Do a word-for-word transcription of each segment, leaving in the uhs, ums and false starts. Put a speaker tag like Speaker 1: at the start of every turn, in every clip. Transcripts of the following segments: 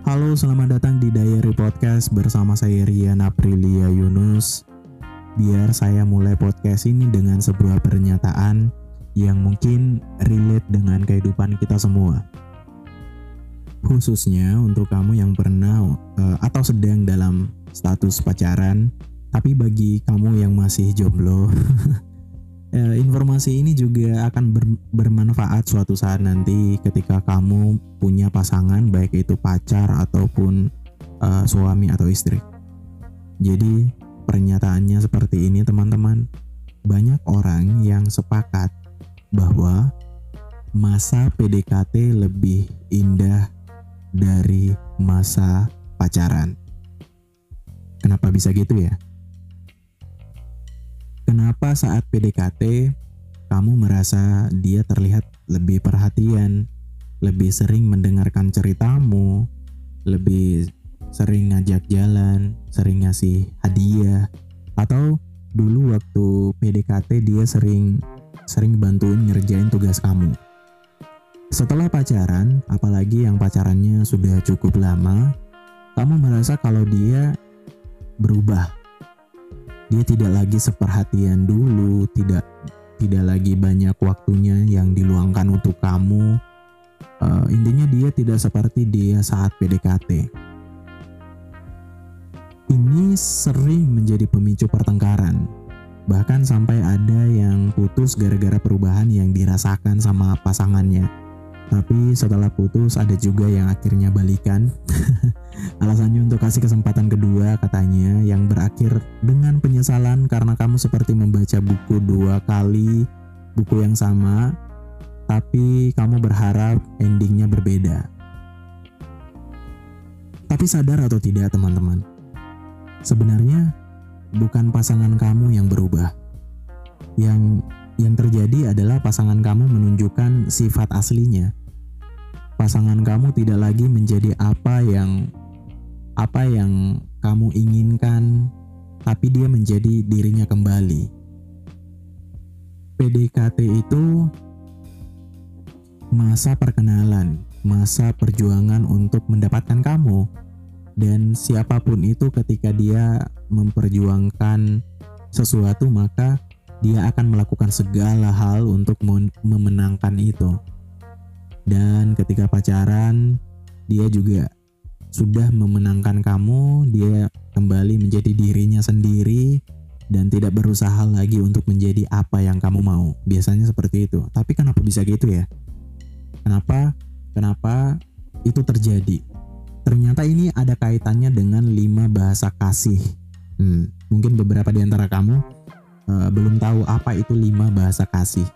Speaker 1: Halo, selamat datang di Diary Podcast bersama saya Rian Aprilia Yunus. Biar saya mulai podcast ini dengan sebuah pernyataan yang mungkin relate dengan kehidupan kita semua. Khususnya untuk kamu yang pernah uh, atau sedang dalam status pacaran, tapi bagi kamu yang masih jomblo, uh, informasi ini juga akan ber- bermanfaat suatu saat nanti ketika kamu punya pasangan, baik itu pacar ataupun uh, suami atau istri. Jadi pernyataannya seperti ini, teman-teman. Banyak orang yang sepakat bahwa masa P D K T lebih indah dari masa pacaran. Kenapa bisa gitu ya? Kenapa saat P D K T kamu merasa dia terlihat lebih perhatian, lebih sering mendengarkan ceritamu, lebih sering ngajak jalan, sering ngasih hadiah, atau dulu waktu P D K T dia sering sering bantuin ngerjain tugas kamu. Setelah pacaran, apalagi yang pacarannya sudah cukup lama, kamu merasa kalau dia berubah. Dia tidak lagi seperhatian dulu, tidak tidak lagi banyak waktunya yang diluangkan untuk kamu. Uh, intinya dia tidak seperti dia saat P D K T. Ini sering menjadi pemicu pertengkaran. Bahkan sampai ada yang putus gara-gara perubahan yang dirasakan sama pasangannya. Tapi setelah putus ada juga yang akhirnya balikan. Alasannya untuk kasih kesempatan kedua katanya, yang berakhir dengan penyesalan karena kamu seperti membaca buku dua kali, buku yang sama, tapi kamu berharap endingnya berbeda. Tapi sadar atau tidak, teman-teman, sebenarnya bukan pasangan kamu yang berubah. Yang yang terjadi adalah pasangan kamu menunjukkan sifat aslinya. Pasangan kamu tidak lagi menjadi apa yang apa yang kamu inginkan, tapi dia menjadi dirinya kembali. P D K T itu masa perkenalan, masa perjuangan untuk mendapatkan kamu. Dan siapapun itu ketika dia memperjuangkan sesuatu, maka dia akan melakukan segala hal untuk memenangkan itu. Dan ketika pacaran, dia juga sudah memenangkan kamu, dia kembali menjadi dirinya sendiri dan tidak berusaha lagi untuk menjadi apa yang kamu mau. Biasanya seperti itu. Tapi kenapa bisa gitu ya? Kenapa? Kenapa itu terjadi? Ternyata ini ada kaitannya dengan lima bahasa kasih. Hmm, mungkin beberapa di antara kamu uh, belum tahu apa itu lima bahasa kasih.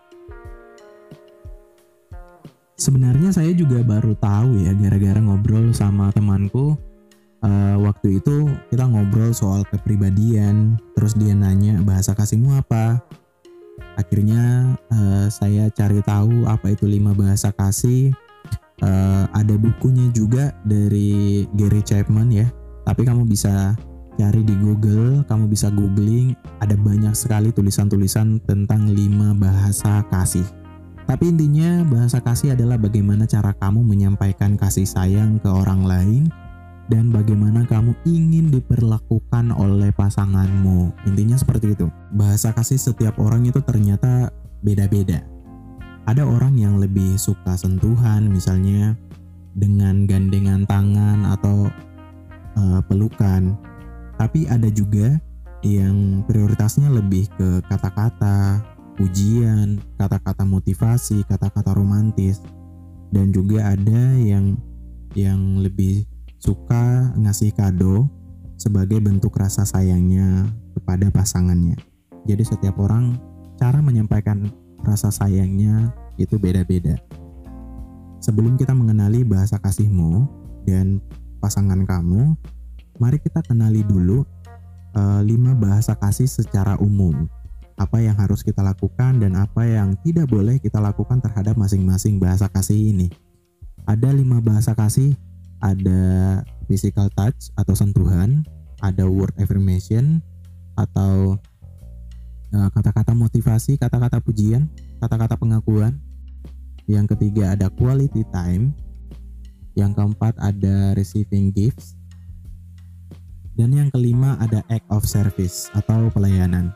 Speaker 1: Sebenarnya saya juga baru tahu ya gara-gara ngobrol sama temanku. Uh, waktu itu kita ngobrol soal kepribadian, terus dia nanya bahasa kasihmu apa. Akhirnya uh, saya cari tahu apa itu lima bahasa kasih. Uh, ada bukunya juga dari Gary Chapman ya. Tapi kamu bisa cari di Google, kamu bisa googling. Ada banyak sekali tulisan-tulisan tentang lima bahasa kasih. Tapi intinya bahasa kasih adalah bagaimana cara kamu menyampaikan kasih sayang ke orang lain dan bagaimana kamu ingin diperlakukan oleh pasanganmu. Intinya seperti itu. Bahasa kasih setiap orang itu ternyata beda-beda. Ada orang yang lebih suka sentuhan, misalnya dengan gandengan tangan atau uh, pelukan. Tapi ada juga yang prioritasnya lebih ke kata-kata, pujian, kata-kata motivasi, kata-kata romantis. Dan juga ada yang yang lebih suka ngasih kado sebagai bentuk rasa sayangnya kepada pasangannya. Jadi setiap orang cara menyampaikan rasa sayangnya itu beda-beda. Sebelum kita mengenali bahasa kasihmu dan pasangan kamu, mari kita kenali dulu uh, lima bahasa kasih secara umum. Apa yang harus kita lakukan dan apa yang tidak boleh kita lakukan terhadap masing-masing bahasa kasih ini. Ada lima bahasa kasih, ada physical touch atau sentuhan, ada word affirmation atau uh, kata-kata motivasi, kata-kata pujian, kata-kata pengakuan. Yang ketiga ada quality time. Yang keempat ada receiving gifts. Dan yang kelima ada act of service atau pelayanan.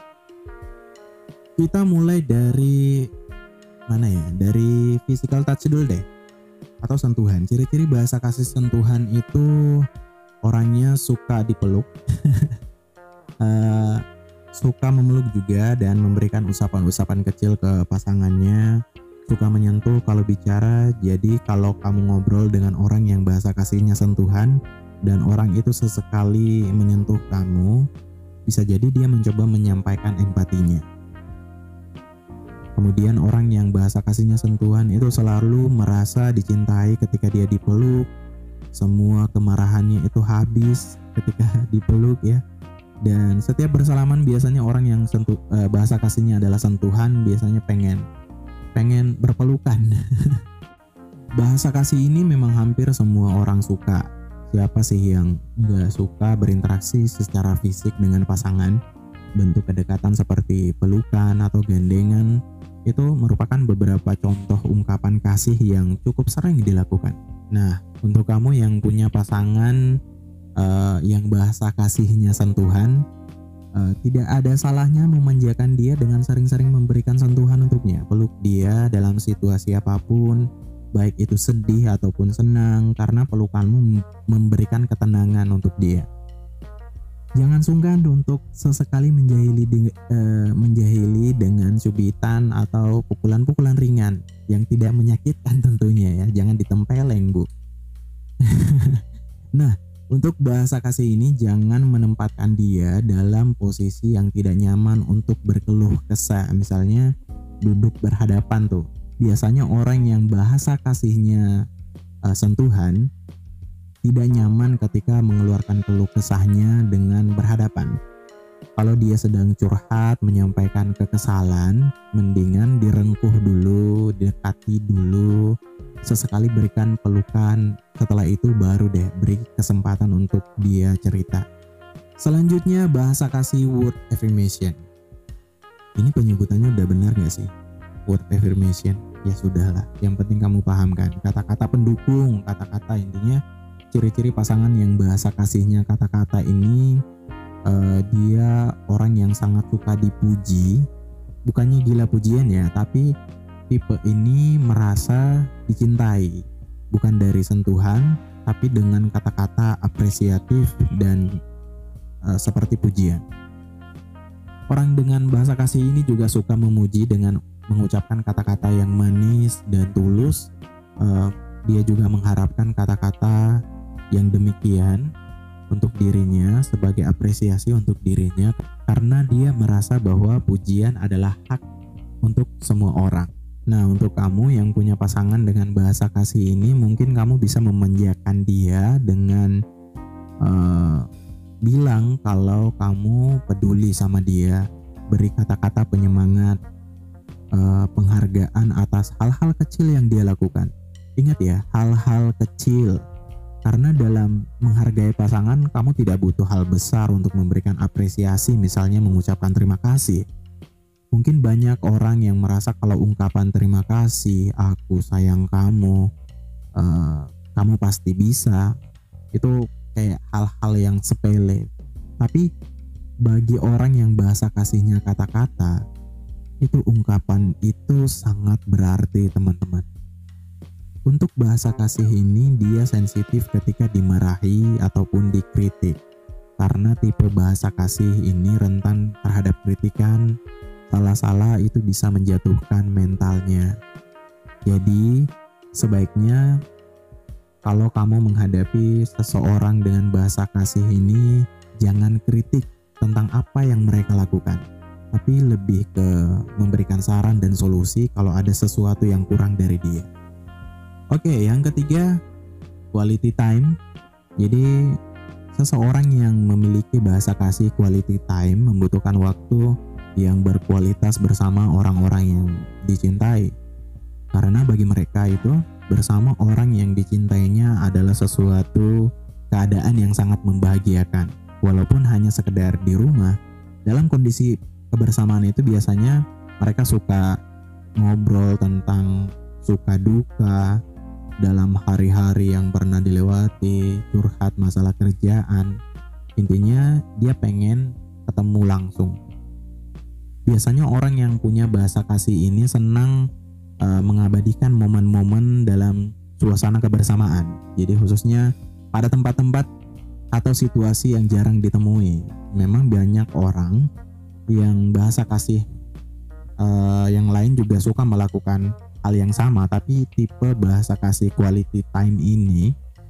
Speaker 1: Kita mulai dari mana ya? Dari physical touch dulu deh. Atau sentuhan. Ciri-ciri bahasa kasih sentuhan itu orangnya suka dipeluk. uh, suka memeluk juga dan memberikan usapan-usapan kecil ke pasangannya. Suka menyentuh kalau bicara. Jadi kalau kamu ngobrol dengan orang yang bahasa kasihnya sentuhan dan orang itu sesekali menyentuh kamu, bisa jadi dia mencoba menyampaikan empatinya. Kemudian orang yang bahasa kasihnya sentuhan itu selalu merasa dicintai ketika dia dipeluk. Semua kemarahannya itu habis ketika dipeluk ya. Dan setiap bersalaman biasanya orang yang sentuh, eh, bahasa kasihnya adalah sentuhan, biasanya pengen pengen berpelukan. Bahasa kasih ini memang hampir semua orang suka. Siapa sih yang gak suka berinteraksi secara fisik dengan pasangan? Bentuk kedekatan seperti pelukan atau gandengan itu merupakan beberapa contoh ungkapan kasih yang cukup sering dilakukan. Nah, untuk kamu yang punya pasangan uh, yang bahasa kasihnya sentuhan, Uh, tidak ada salahnya memanjakan dia dengan sering-sering memberikan sentuhan untuknya. Peluk dia dalam situasi apapun, baik itu sedih ataupun senang, karena pelukanmu memberikan ketenangan untuk dia. Jangan sungkan untuk sesekali menjahili, uh, menjahili dengan cubitan atau pukulan-pukulan ringan yang tidak menyakitkan tentunya ya. Jangan ditempeleng, Bu. Nah, untuk bahasa kasih ini jangan menempatkan dia dalam posisi yang tidak nyaman untuk berkeluh kesah. Misalnya duduk berhadapan tuh. Biasanya orang yang bahasa kasihnya uh, sentuhan tidak nyaman ketika mengeluarkan keluh kesahnya dengan berhadapan. Kalau dia sedang curhat, menyampaikan kekesalan, mendingan direngkuh dulu, dekati dulu, sesekali berikan pelukan. Setelah itu baru deh beri kesempatan untuk dia cerita. Selanjutnya bahasa kasih word affirmation. Ini penyebutannya udah benar gak sih? Word affirmation. Ya sudahlah, yang penting kamu pahamkan. Kata-kata pendukung, kata-kata intinya ciri-ciri pasangan yang bahasa kasihnya kata-kata ini, uh, dia orang yang sangat suka dipuji. Bukannya gila pujian ya, tapi tipe ini merasa dicintai. Bukan dari sentuhan, tapi dengan kata-kata apresiatif dan uh, seperti pujian. Orang dengan bahasa kasih ini juga suka memuji dengan mengucapkan kata-kata yang manis dan tulus. Uh, dia juga mengharapkan kata-kata yang demikian untuk dirinya sebagai apresiasi untuk dirinya, karena dia merasa bahwa pujian adalah hak untuk semua orang. Nah, untuk kamu yang punya pasangan dengan bahasa kasih ini, mungkin kamu bisa memanjakan dia dengan uh, bilang kalau kamu peduli sama dia, beri kata-kata penyemangat, uh, penghargaan atas hal-hal kecil yang dia lakukan. Ingat ya, hal-hal kecil. Karena dalam menghargai pasangan, kamu tidak butuh hal besar untuk memberikan apresiasi, misalnya mengucapkan terima kasih. Mungkin banyak orang yang merasa kalau ungkapan terima kasih, aku sayang kamu, uh, kamu pasti bisa, itu kayak hal-hal yang sepele. Tapi bagi orang yang bahasa kasihnya kata-kata, itu ungkapan itu sangat berarti, teman-teman. Untuk bahasa kasih ini dia sensitif ketika dimarahi ataupun dikritik. Karena tipe bahasa kasih ini rentan terhadap kritikan. Salah-salah itu bisa menjatuhkan mentalnya. Jadi sebaiknya kalau kamu menghadapi seseorang dengan bahasa kasih ini, jangan kritik tentang apa yang mereka lakukan, tapi lebih ke memberikan saran dan solusi kalau ada sesuatu yang kurang dari dia. Oke, yang ketiga, quality time. Jadi seseorang yang memiliki bahasa kasih quality time membutuhkan waktu yang berkualitas bersama orang-orang yang dicintai. Karena bagi mereka itu, bersama orang yang dicintainya adalah sesuatu keadaan yang sangat membahagiakan. Walaupun hanya sekedar di rumah, dalam kondisi kebersamaan itu biasanya mereka suka ngobrol tentang suka duka, dalam hari-hari yang pernah dilewati, curhat masalah kerjaan. Intinya dia pengen ketemu langsung. Biasanya orang yang punya bahasa kasih ini senang uh, mengabadikan momen-momen dalam suasana kebersamaan. Jadi khususnya pada tempat-tempat atau situasi yang jarang ditemui. Memang banyak orang yang bahasa kasih uh, yang lain juga suka melakukan hal yang sama, tapi tipe bahasa kasih quality time ini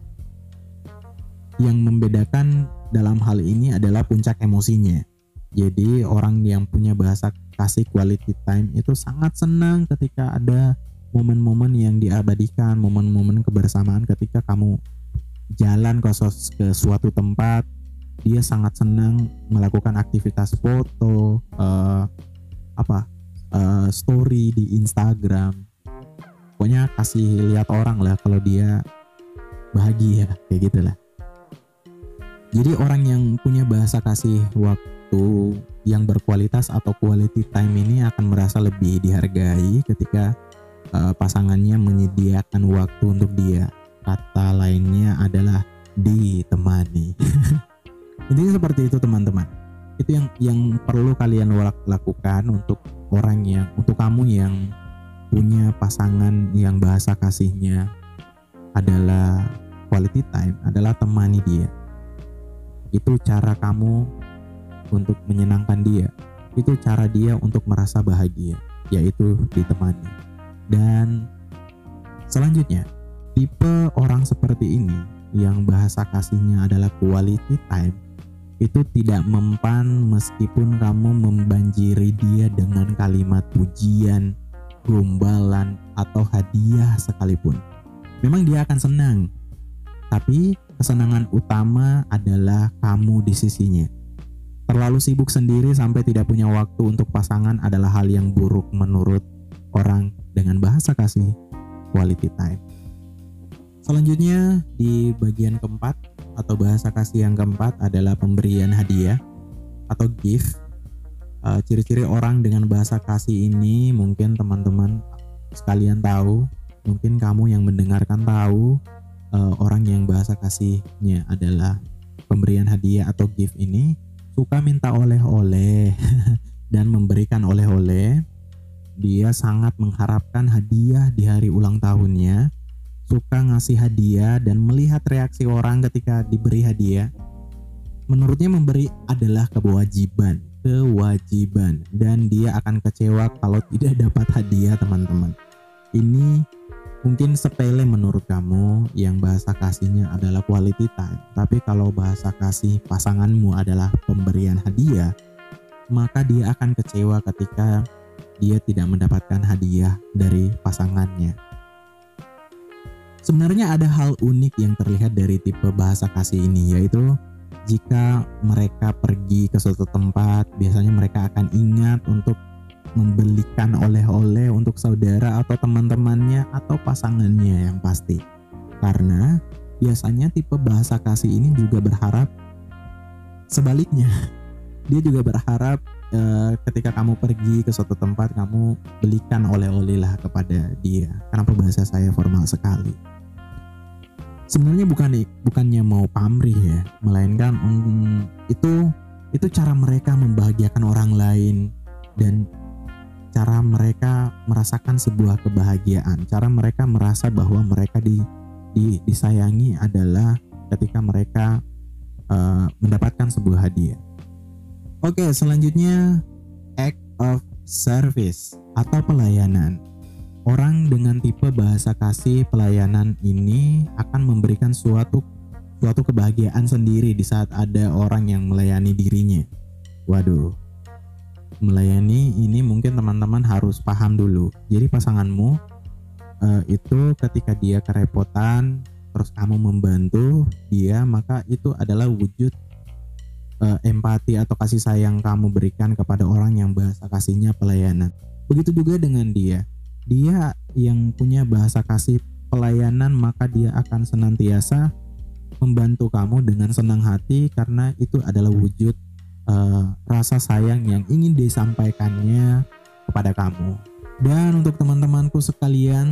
Speaker 1: yang membedakan dalam hal ini adalah puncak emosinya. Jadi orang yang punya bahasa kasih quality time itu sangat senang ketika ada momen-momen yang diabadikan, momen-momen kebersamaan ketika kamu jalan ke, ke suatu tempat. Dia sangat senang melakukan aktivitas foto, uh, apa, uh, story di Instagram. Pokoknya kasih lihat orang lah kalau dia bahagia, kayak gitulah. Jadi orang yang punya bahasa kasih waktu yang berkualitas atau quality time ini akan merasa lebih dihargai ketika uh, pasangannya menyediakan waktu untuk dia. Kata lainnya adalah ditemani. Intinya seperti itu teman-teman. Itu yang yang perlu kalian lakukan untuk orang yang, untuk kamu yang punya pasangan yang bahasa kasihnya adalah quality time, adalah temani dia. Itu cara kamu untuk menyenangkan dia. Itu cara dia untuk merasa bahagia, yaitu ditemani. Dan selanjutnya, tipe orang seperti ini yang bahasa kasihnya adalah quality time itu tidak mempan meskipun kamu membanjiri dia dengan kalimat pujian, gombalan, atau hadiah sekalipun. Memang dia akan senang, tapi kesenangan utama adalah kamu di sisinya. Terlalu sibuk sendiri sampai tidak punya waktu untuk pasangan adalah hal yang buruk menurut orang dengan bahasa kasih quality time. Selanjutnya di bagian keempat atau bahasa kasih yang keempat adalah pemberian hadiah atau gift. Uh, ciri-ciri orang dengan bahasa kasih ini mungkin teman-teman sekalian tahu, mungkin kamu yang mendengarkan tahu, uh, orang yang bahasa kasihnya adalah pemberian hadiah atau gift ini suka minta oleh-oleh dan memberikan oleh-oleh. Dia sangat mengharapkan hadiah di hari ulang tahunnya, suka ngasih hadiah dan melihat reaksi orang ketika diberi hadiah. Menurutnya memberi adalah kewajiban, kewajiban dan dia akan kecewa kalau tidak dapat hadiah, teman-teman. Ini mungkin sepele menurut kamu yang bahasa kasihnya adalah quality time, tapi kalau bahasa kasih pasanganmu adalah pemberian hadiah, maka dia akan kecewa ketika dia tidak mendapatkan hadiah dari pasangannya. Sebenarnya ada hal unik yang terlihat dari tipe bahasa kasih ini, yaitu jika mereka pergi ke suatu tempat, biasanya mereka akan ingat untuk membelikan oleh-oleh untuk saudara atau teman-temannya atau pasangannya yang pasti. Karena biasanya tipe bahasa kasih ini juga berharap sebaliknya. Dia juga berharap eh, ketika kamu pergi ke suatu tempat, kamu belikan oleh-oleh lah kepada dia. Kenapa bahasa saya formal sekali? Sebenarnya bukan bukannya mau pamrih ya, melainkan um, itu itu cara mereka membahagiakan orang lain dan cara mereka merasakan sebuah kebahagiaan. Cara mereka merasa bahwa mereka di, di disayangi adalah ketika mereka uh, mendapatkan sebuah hadiah. Oke, selanjutnya act of service atau pelayanan. Orang dengan tipe bahasa kasih pelayanan ini akan memberikan suatu suatu kebahagiaan sendiri di saat ada orang yang melayani dirinya. Waduh, melayani ini mungkin teman-teman harus paham dulu. Jadi pasanganmu uh, itu ketika dia kerepotan, terus kamu membantu dia, maka itu adalah wujud uh, empati atau kasih sayang kamu berikan kepada orang yang bahasa kasihnya pelayanan. Begitu juga dengan dia. Dia yang punya bahasa kasih pelayanan, maka dia akan senantiasa membantu kamu dengan senang hati karena itu adalah wujud uh, rasa sayang yang ingin disampaikannya kepada kamu. Dan untuk teman-temanku sekalian,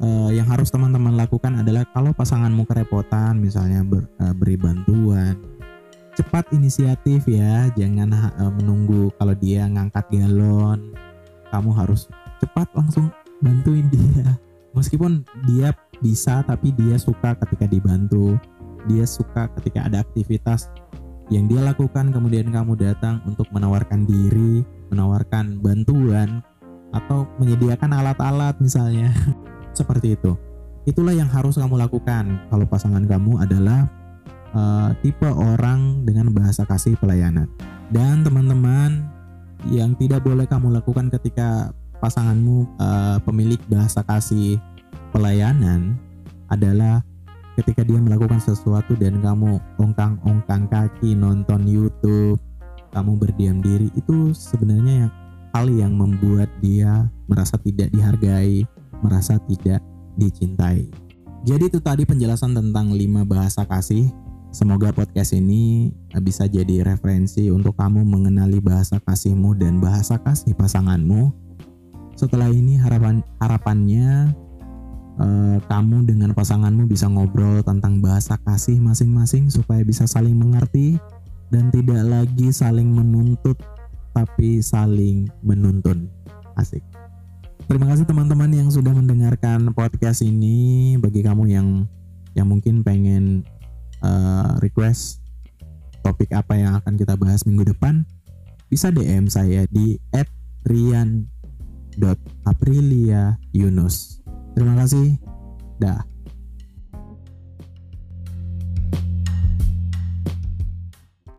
Speaker 1: uh, yang harus teman-teman lakukan adalah kalau pasanganmu kerepotan misalnya ber, uh, beri bantuan, cepat inisiatif ya, jangan uh, menunggu kalau dia ngangkat galon, kamu harus cepat langsung bantuin dia. Meskipun dia bisa tapi dia suka ketika dibantu, dia suka ketika ada aktivitas yang dia lakukan kemudian kamu datang untuk menawarkan diri, menawarkan bantuan atau menyediakan alat-alat misalnya. Seperti itu. Itulah yang harus kamu lakukan kalau pasangan kamu adalah uh, tipe orang dengan bahasa kasih pelayanan. Dan teman-teman, yang tidak boleh kamu lakukan ketika pasanganmu uh, pemilik bahasa kasih pelayanan adalah ketika dia melakukan sesuatu dan kamu ongkang-ongkang kaki nonton YouTube, kamu berdiam diri, itu sebenarnya hal yang membuat dia merasa tidak dihargai, merasa tidak dicintai. Jadi itu tadi penjelasan tentang lima bahasa kasih. Semoga podcast ini bisa jadi referensi untuk kamu mengenali bahasa kasihmu dan bahasa kasih pasanganmu. Setelah ini harapan harapannya Uh, kamu dengan pasanganmu bisa ngobrol tentang bahasa kasih masing-masing supaya bisa saling mengerti dan tidak lagi saling menuntut tapi saling menuntun. Asik. Terima kasih teman-teman yang sudah mendengarkan podcast ini. Bagi kamu yang yang mungkin pengen uh, request topik apa yang akan kita bahas minggu depan, bisa D M saya di et rian dot aprilia yunus. Terima kasih. Dah.